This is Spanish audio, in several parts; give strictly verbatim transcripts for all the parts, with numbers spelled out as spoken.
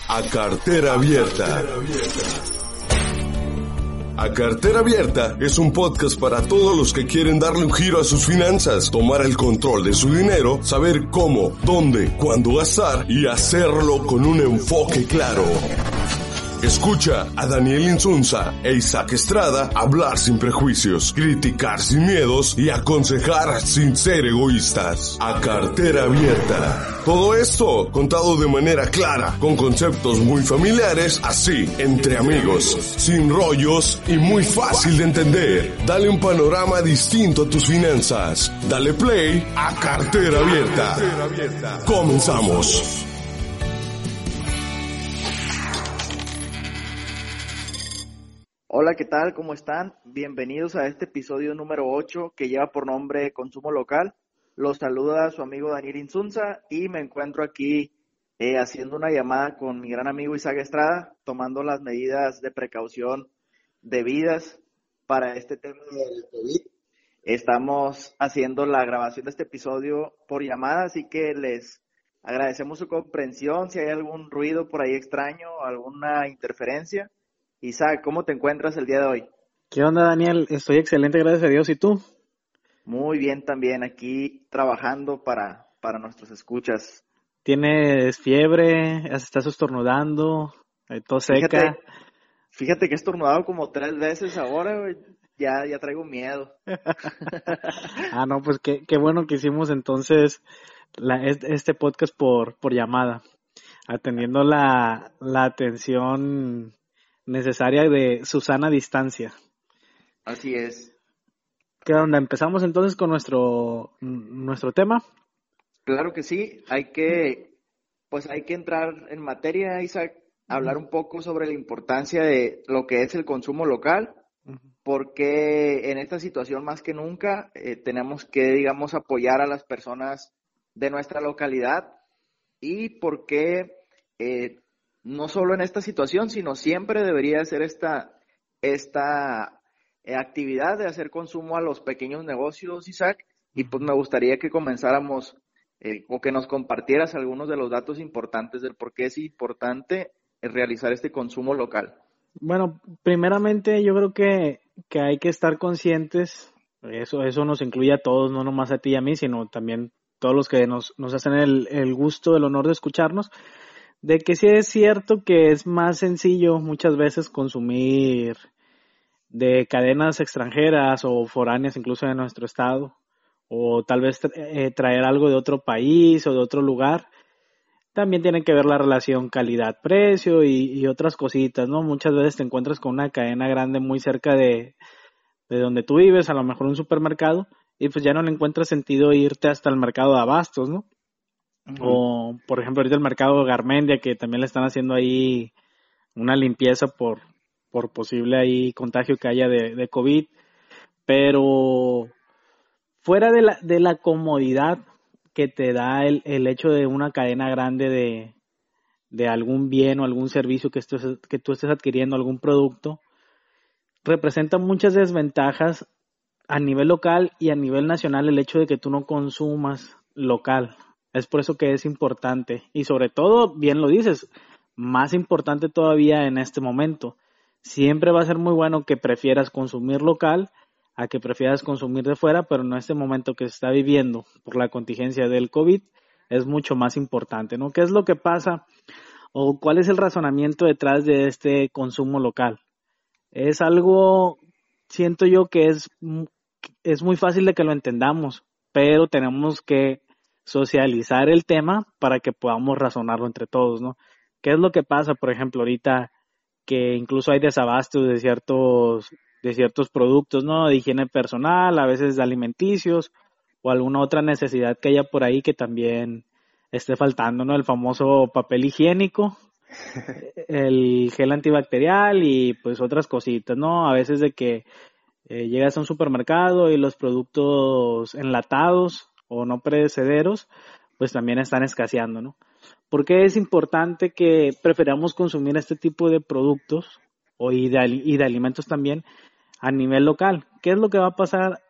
A Cartera Abierta. A Cartera Abierta es un podcast para todos los que quieren darle un giro a sus finanzas, tomar el control de su dinero, saber cómo, dónde, cuándo gastar y hacerlo con un enfoque claro. Escucha a Daniel Insunza e Isaac Estrada hablar sin prejuicios, criticar sin miedos y aconsejar sin ser egoístas. A Cartera Abierta. Todo esto contado de manera clara, con conceptos muy familiares, así, entre amigos, sin rollos y muy fácil de entender. Dale un panorama distinto a tus finanzas. Dale play a Cartera Abierta. Comenzamos. Hola, ¿qué tal? ¿Cómo están? Bienvenidos a este episodio número ocho que lleva por nombre Consumo Local. Los saluda su amigo Daniel Insunza y me encuentro aquí eh, haciendo una llamada con mi gran amigo Isaac Estrada, tomando las medidas de precaución debidas para este tema del COVID. Estamos haciendo la grabación de este episodio por llamada, así que les agradecemos su comprensión. Si hay algún ruido por ahí extraño, alguna interferencia. Isaac, ¿cómo te encuentras el día de hoy? ¿Qué onda, Daniel? Estoy excelente, gracias a Dios. ¿Y tú? Muy bien también, aquí trabajando para, para nuestros escuchas. ¿Tienes fiebre? ¿Estás estornudando? ¿Tos seca? Fíjate, fíjate que he estornudado como tres veces ahora, güey. Ya, ya traigo miedo. Ah, no, pues qué, qué bueno que hicimos entonces la, este podcast por, por llamada, atendiendo la, la atención necesaria de Susana Distancia. Así es. ¿Qué onda? ¿Empezamos entonces con nuestro nuestro tema? Claro que sí, hay que, pues hay que entrar en materia, Isaac, hablar un poco sobre la importancia de lo que es el consumo local, porque en esta situación más que nunca eh, tenemos que, digamos, apoyar a las personas de nuestra localidad y porque eh, no solo en esta situación, sino siempre debería ser esta, esta eh, actividad de hacer consumo a los pequeños negocios, Isaac, y pues me gustaría que comenzáramos eh, o que nos compartieras algunos de los datos importantes del por qué es importante eh, realizar este consumo local. Bueno, primeramente yo creo que, que hay que estar conscientes, eso, eso nos incluye a todos, no nomás a ti y a mí, sino también todos los que nos, nos hacen el, el gusto, el honor de escucharnos, de que sí es cierto que es más sencillo muchas veces consumir de cadenas extranjeras o foráneas incluso de nuestro estado, o tal vez eh, traer algo de otro país o de otro lugar. También tiene que ver la relación calidad-precio y, y otras cositas, ¿no? Muchas veces te encuentras con una cadena grande muy cerca de, de donde tú vives, a lo mejor un supermercado, y pues ya no le encuentras sentido irte hasta el mercado de abastos, ¿no? Uh-huh. O, por ejemplo, ahorita el mercado Garmendia, que también le están haciendo ahí una limpieza por, por posible ahí contagio que haya de, de COVID. Pero fuera de la, de la comodidad que te da el, el hecho de una cadena grande de, de algún bien o algún servicio que, estés, que tú estés adquiriendo, algún producto, representa muchas desventajas a nivel local y a nivel nacional el hecho de que tú no consumas local. Es por eso que es importante y sobre todo, bien lo dices, más importante todavía en este momento. Siempre va a ser muy bueno que prefieras consumir local a que prefieras consumir de fuera, pero en este momento que se está viviendo por la contingencia del COVID es mucho más importante, ¿no? ¿Qué es lo que pasa o cuál es el razonamiento detrás de este consumo local? Es algo, siento yo que es, es muy fácil de que lo entendamos, pero tenemos que socializar el tema para que podamos razonarlo entre todos, ¿no? ¿Qué es lo que pasa, por ejemplo, ahorita que incluso hay desabastos de ciertos de ciertos productos, ¿no? De higiene personal, a veces de alimenticios o alguna otra necesidad que haya por ahí que también esté faltando, ¿no? El famoso papel higiénico, el gel antibacterial y pues otras cositas, ¿no? A veces de que eh, llegas a un supermercado y los productos enlatados o no perecederos pues también están escaseando, ¿no? ¿Por qué es importante que prefiramos consumir este tipo de productos o y de, y de alimentos también a nivel local? ¿Qué es lo que va a pasar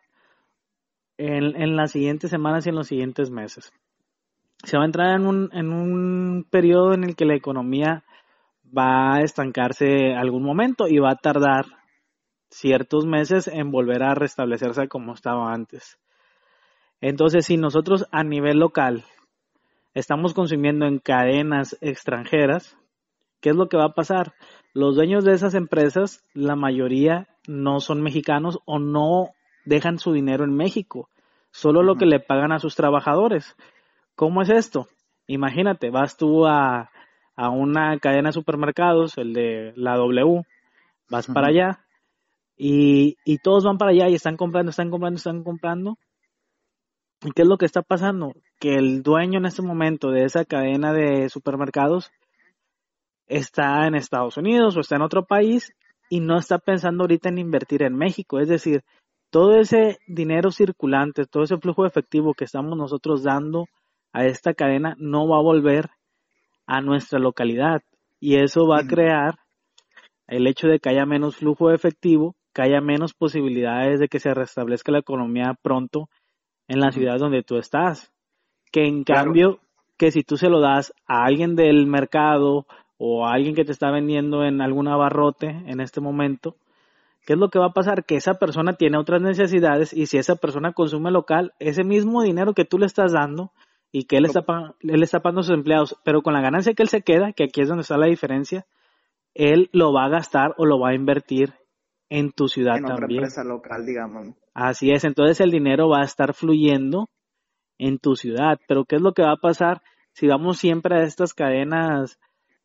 en, en las siguientes semanas y en los siguientes meses? Se va a entrar en un, en un periodo en el que la economía va a estancarse algún momento y va a tardar ciertos meses en volver a restablecerse como estaba antes. Entonces, si nosotros a nivel local estamos consumiendo en cadenas extranjeras, ¿qué es lo que va a pasar? Los dueños de esas empresas, la mayoría no son mexicanos o no dejan su dinero en México, solo lo que le pagan a sus trabajadores. ¿Cómo es esto? Imagínate, vas tú a, a una cadena de supermercados, el de la W, vas para allá y, y todos van para allá y están comprando, están comprando, están comprando. ¿Y qué es lo que está pasando? Que el dueño en este momento de esa cadena de supermercados está en Estados Unidos o está en otro país y no está pensando ahorita en invertir en México. Es decir, todo ese dinero circulante, todo ese flujo de efectivo que estamos nosotros dando a esta cadena no va a volver a nuestra localidad. Y eso va a crear el hecho de que haya menos flujo de efectivo, que haya menos posibilidades de que se restablezca la economía pronto en la ciudad donde tú estás. Que en Claro. cambio, que si tú se lo das a alguien del mercado o a alguien que te está vendiendo en algún abarrote en este momento, ¿qué es lo que va a pasar? Que esa persona tiene otras necesidades y si esa persona consume local, ese mismo dinero que tú le estás dando y que él está, pag- él está pagando a sus empleados, pero con la ganancia que él se queda, que aquí es donde está la diferencia, él lo va a gastar o lo va a invertir en tu ciudad En otra también. empresa local, digamos. Así es, entonces el dinero va a estar fluyendo en tu ciudad. Pero ¿qué es lo que va a pasar si vamos siempre a estas cadenas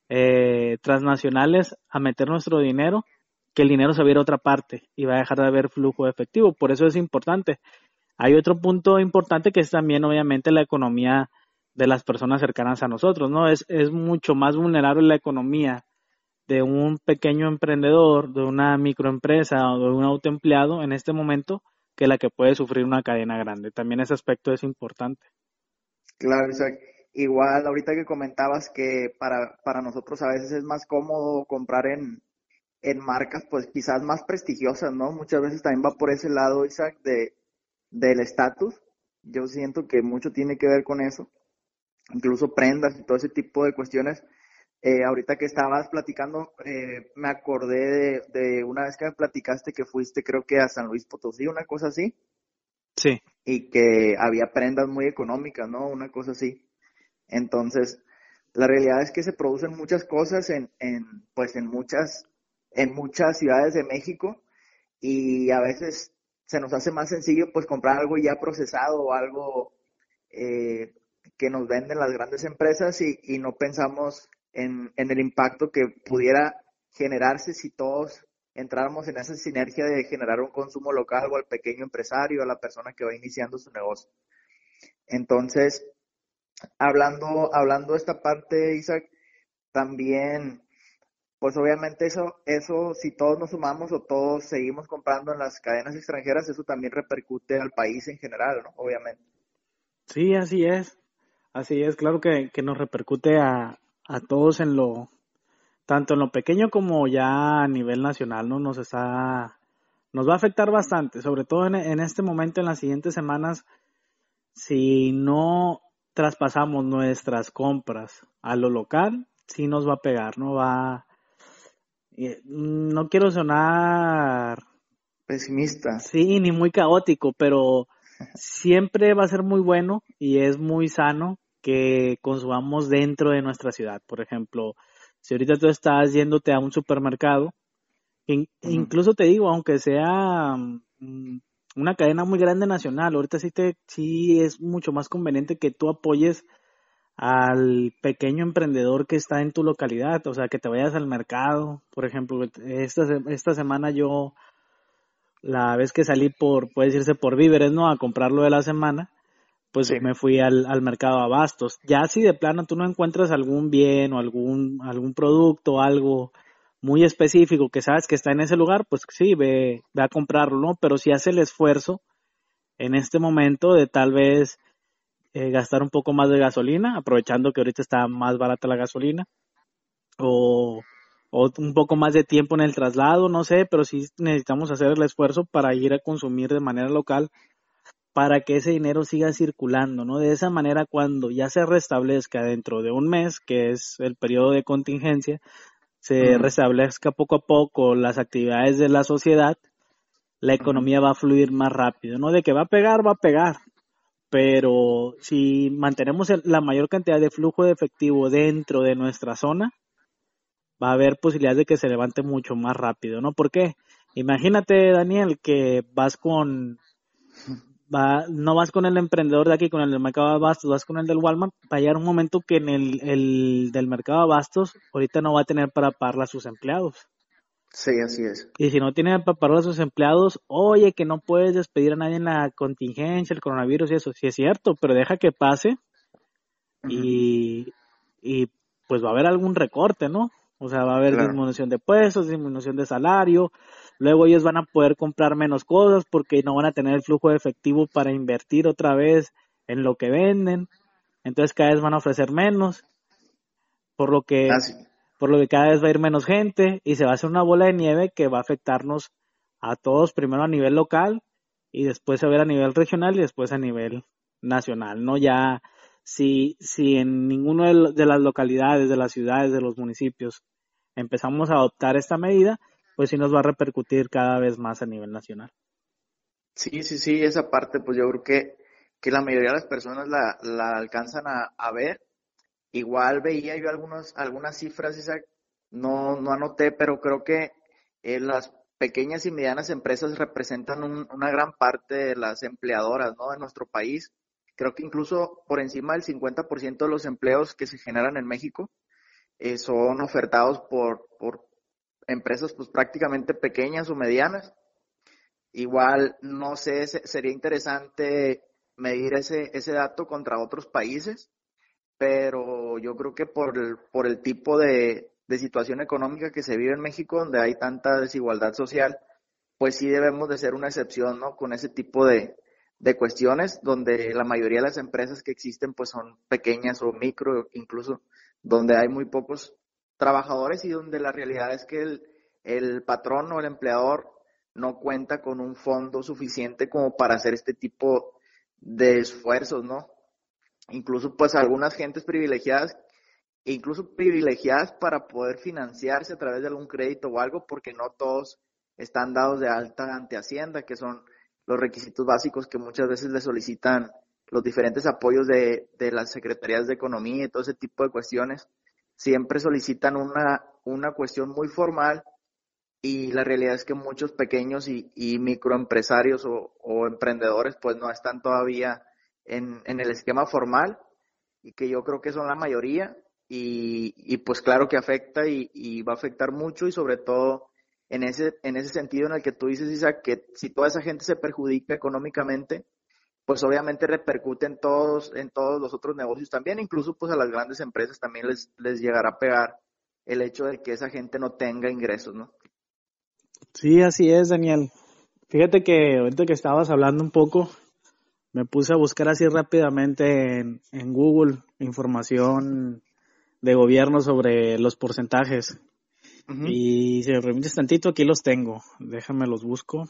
eh, transnacionales a meter nuestro dinero? Que el dinero se va a ir a otra parte y va a dejar de haber flujo de efectivo. Por eso es importante. Hay otro punto importante que es también obviamente la economía de las personas cercanas a nosotros, ¿no? Es, es mucho más vulnerable la economía de un pequeño emprendedor, de una microempresa o de un autoempleado en este momento que la que puede sufrir una cadena grande. También ese aspecto es importante. Claro, Isaac. Igual, ahorita que comentabas que para, para nosotros a veces es más cómodo comprar en, en marcas, pues quizás más prestigiosas, ¿no? Muchas veces también va por ese lado, Isaac, de, del estatus. Yo siento que mucho tiene que ver con eso, incluso prendas y todo ese tipo de cuestiones. Eh, ahorita que estabas platicando, eh, me acordé de, de una vez que me platicaste que fuiste, creo que a San Luis Potosí, una cosa así, Sí, y que había prendas muy económicas, ¿no? Una cosa así. Entonces, la realidad es que se producen muchas cosas en, en, pues en muchas, en muchas ciudades de México y a veces se nos hace más sencillo pues comprar algo ya procesado o algo eh, que nos venden las grandes empresas y, y no pensamos en, en el impacto que pudiera generarse si todos entráramos en esa sinergia de generar un consumo local o al pequeño empresario, a la persona que va iniciando su negocio. Entonces, hablando, hablando de esta parte, Isaac, también, pues obviamente eso, eso, si todos nos sumamos o todos seguimos comprando en las cadenas extranjeras, eso también repercute al país en general, ¿no? Obviamente. sí, así es. Así es, claro que, que nos repercute a, a todos en lo, tanto en lo pequeño como ya a nivel nacional, ¿no? Nos está, nos va a afectar bastante, sobre todo en, en este momento, en las siguientes semanas, si no traspasamos nuestras compras a lo local, sí nos va a pegar, ¿no? Va, eh, no quiero sonar, Pesimista. sí, ni muy caótico, pero siempre va a ser muy bueno y es muy sano que consumamos dentro de nuestra ciudad. Por ejemplo, si ahorita tú estás yéndote a un supermercado, in- Uh-huh. incluso te digo, aunque sea mm, una cadena muy grande nacional, ahorita sí te, sí es mucho más conveniente que tú apoyes al pequeño emprendedor que está en tu localidad, o sea, que te vayas al mercado. Por ejemplo, esta, se- esta semana yo, la vez que salí por, puede decirse por víveres, ¿no? A comprar lo de la semana, pues Sí. me fui al, al mercado Abastos. Ya si de plano tú no encuentras algún bien o algún, algún producto, algo muy específico que sabes que está en ese lugar, pues sí, ve, ve a comprarlo, ¿no? Pero si hace el esfuerzo en este momento de tal vez eh, gastar un poco más de gasolina, aprovechando que ahorita está más barata la gasolina, o, o un poco más de tiempo en el traslado, no sé, pero sí necesitamos hacer el esfuerzo para ir a consumir de manera local para que ese dinero siga circulando, ¿no? De esa manera, cuando ya se restablezca dentro de un mes, que es el periodo de contingencia, se Mm. restablezca poco a poco las actividades de la sociedad, la economía va a fluir más rápido, ¿no? De que va a pegar, va a pegar, pero si mantenemos el- la mayor cantidad de flujo de efectivo dentro de nuestra zona, va a haber posibilidades de que se levante mucho más rápido, ¿no? ¿Por qué? Imagínate, Daniel, que vas con, va, no vas con el emprendedor de aquí, con el del mercado de abastos, vas con el del Walmart, va a llegar un momento que en el, el del mercado de abastos ahorita no va a tener para pagarle a sus empleados. Sí, así es. Y si no tiene para pagarle a sus empleados, oye, que no puedes despedir a nadie en la contingencia, el coronavirus y eso, sí es cierto, pero deja que pase Ujú. y, y pues va a haber algún recorte, ¿no? O sea, va a haber Claro. disminución de puestos, disminución de salario, luego ellos van a poder comprar menos cosas porque no van a tener el flujo de efectivo para invertir otra vez en lo que venden, entonces cada vez van a ofrecer menos, por lo que, Así, por lo que cada vez va a ir menos gente y se va a hacer una bola de nieve que va a afectarnos a todos, primero a nivel local y después a ver a nivel regional y después a nivel nacional, ¿no? Ya si, si en ninguno de, lo- de las localidades, de las ciudades, de los municipios empezamos a adoptar esta medida, pues sí nos va a repercutir cada vez más a nivel nacional. sí, sí, sí, esa parte, pues yo creo que, que la mayoría de las personas la, la alcanzan a, a ver. Igual veía yo algunos, algunas cifras, Isaac, no, no anoté, pero creo que eh, las pequeñas y medianas empresas representan un- una gran parte de las empleadoras, ¿no? De nuestro país. Creo que incluso por encima del cincuenta por ciento de los empleos que se generan en México eh, son ofertados por, por empresas pues prácticamente pequeñas o medianas. Igual, no sé, se- sería interesante medir ese, ese dato contra otros países, pero yo creo que por el, por el tipo de, de situación económica que se vive en México, donde hay tanta desigualdad social, pues sí debemos de ser una excepción, ¿no? Con ese tipo de, de cuestiones, donde la mayoría de las empresas que existen pues son pequeñas o micro, incluso, donde hay muy pocos trabajadores y donde la realidad es que el, el patrón o el empleador no cuenta con un fondo suficiente como para hacer este tipo de esfuerzos, ¿no? Incluso pues algunas gentes privilegiadas, e incluso privilegiadas para poder financiarse a través de algún crédito o algo, porque no todos están dados de alta ante Hacienda, que son los requisitos básicos que muchas veces le solicitan los diferentes apoyos de, de las secretarías de economía y todo ese tipo de cuestiones. Siempre solicitan una, una cuestión muy formal y la realidad es que muchos pequeños y, y microempresarios o, o emprendedores pues no están todavía en, en el esquema formal y que yo creo que son la mayoría y, y pues claro que afecta y, y va a afectar mucho y sobre todo en ese, en ese sentido en el que tú dices, Isaac, que si toda esa gente se perjudica económicamente, pues obviamente repercute en todos, en todos los otros negocios también, incluso pues a las grandes empresas también les, les llegará a pegar el hecho de que esa gente no tenga ingresos, ¿no? Sí, así es, Daniel. Fíjate que ahorita que estabas hablando un poco, me puse a buscar así rápidamente en, en Google información de gobierno sobre los porcentajes. Uh-huh. Y si me permites tantito, aquí los tengo. Déjame los busco.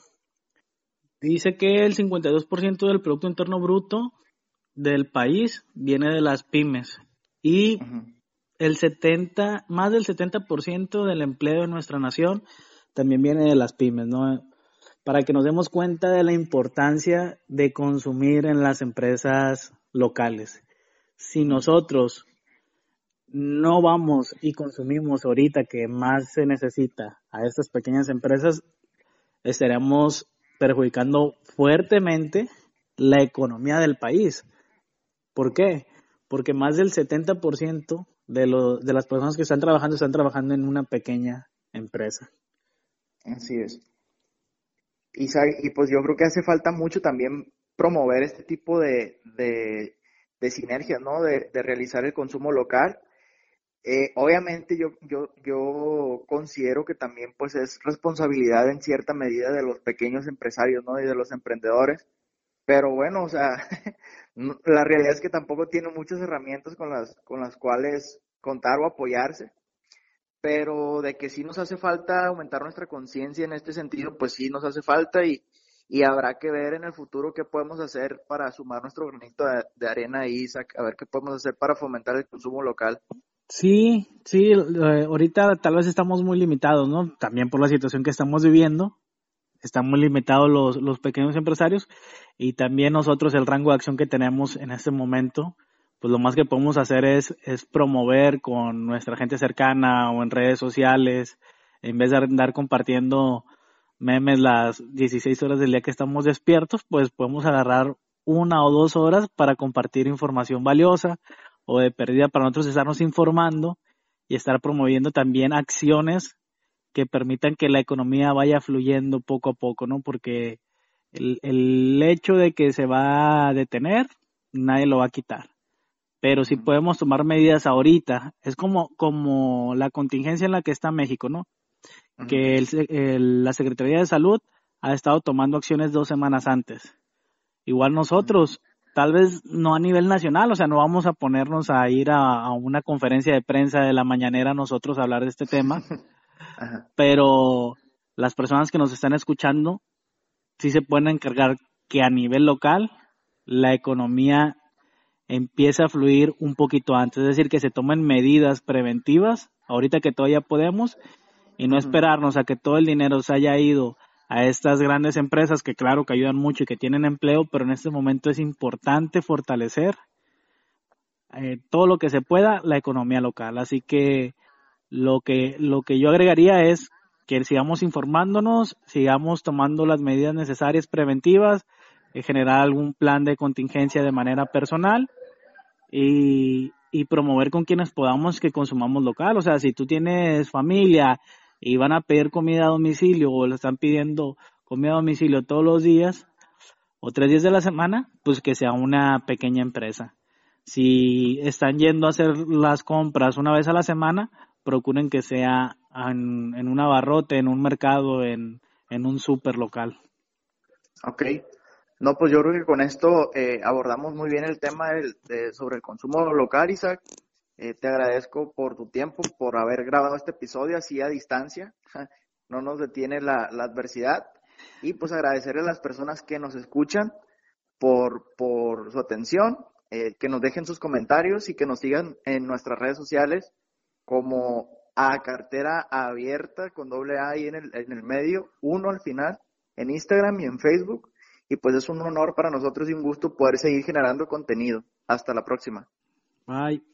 Dice que el cincuenta y dos por ciento del Producto Interno Bruto del país viene de las pymes. Y Uh-huh. el setenta, más del setenta por ciento del empleo de nuestra nación también viene de las pymes, ¿no? Para que nos demos cuenta de la importancia de consumir en las empresas locales. Si Uh-huh. nosotros no vamos y consumimos ahorita que más se necesita a estas pequeñas empresas, estaremos perjudicando fuertemente la economía del país. ¿Por qué? Porque más del setenta por ciento de, lo, de las personas que están trabajando están trabajando en una pequeña empresa. Así es. Y, y pues yo creo que hace falta mucho también promover este tipo de, de, de sinergias, ¿no? De, de realizar el consumo local. Eh, obviamente yo, yo, yo considero que también pues es responsabilidad en cierta medida de los pequeños empresarios, ¿no? Y de los emprendedores. Pero bueno, o sea, la realidad es que tampoco tienen muchas herramientas con las, con las cuales contar o apoyarse. Pero de que sí nos hace falta aumentar nuestra conciencia en este sentido, pues sí nos hace falta y, y habrá que ver en el futuro qué podemos hacer para sumar nuestro granito de, de arena ahí, Isaac, a ver qué podemos hacer para fomentar el consumo local. Sí, sí, eh, ahorita tal vez estamos muy limitados, ¿no? También por la situación que estamos viviendo, están muy limitados los, los pequeños empresarios y también nosotros el rango de acción que tenemos en este momento, pues lo más que podemos hacer es, es promover con nuestra gente cercana o en redes sociales, en vez de andar compartiendo memes las dieciséis horas del día que estamos despiertos, pues podemos agarrar una o dos horas para compartir información valiosa o de pérdida para nosotros estarnos informando y estar promoviendo también acciones que permitan que la economía vaya fluyendo poco a poco, ¿no? Porque el, el hecho de que se va a detener, nadie lo va a quitar. Pero si podemos tomar medidas ahorita, es como, como la contingencia en la que está México, ¿no? Ujú. Que el, el, la Secretaría de Salud ha estado tomando acciones dos semanas antes. Igual nosotros, tal vez no a nivel nacional, o sea, no vamos a ponernos a ir a, a una conferencia de prensa de la mañanera nosotros a hablar de este tema, Ajá. pero las personas que nos están escuchando sí se pueden encargar que a nivel local la economía empiece a fluir un poquito antes, es decir, que se tomen medidas preventivas ahorita que todavía podemos y no Ujú. esperarnos a que todo el dinero se haya ido a estas grandes empresas que claro que ayudan mucho y que tienen empleo, pero en este momento es importante fortalecer eh, todo lo que se pueda la economía local. Así que lo que lo que yo agregaría es que sigamos informándonos, sigamos tomando las medidas necesarias preventivas, eh, generar algún plan de contingencia de manera personal y, y promover con quienes podamos que consumamos local. O sea, si tú tienes familia y van a pedir comida a domicilio o le están pidiendo comida a domicilio todos los días o tres días de la semana, pues que sea una pequeña empresa. Si están yendo a hacer las compras una vez a la semana, procuren que sea en, en un abarrote, en un mercado, en, en un súper local. Ok. No, pues yo creo que con esto eh, abordamos muy bien el tema del- de- sobre el consumo local, Isaac. Eh, te agradezco por tu tiempo, por haber grabado este episodio así a distancia. No nos detiene la, la adversidad. Y pues agradecerle a las personas que nos escuchan por, por su atención, eh, que nos dejen sus comentarios y que nos sigan en nuestras redes sociales como a cartera abierta con doble A ahí en el, en el medio, uno al final, en Instagram y en Facebook. Y pues es un honor para nosotros y un gusto poder seguir generando contenido. Hasta la próxima. Bye.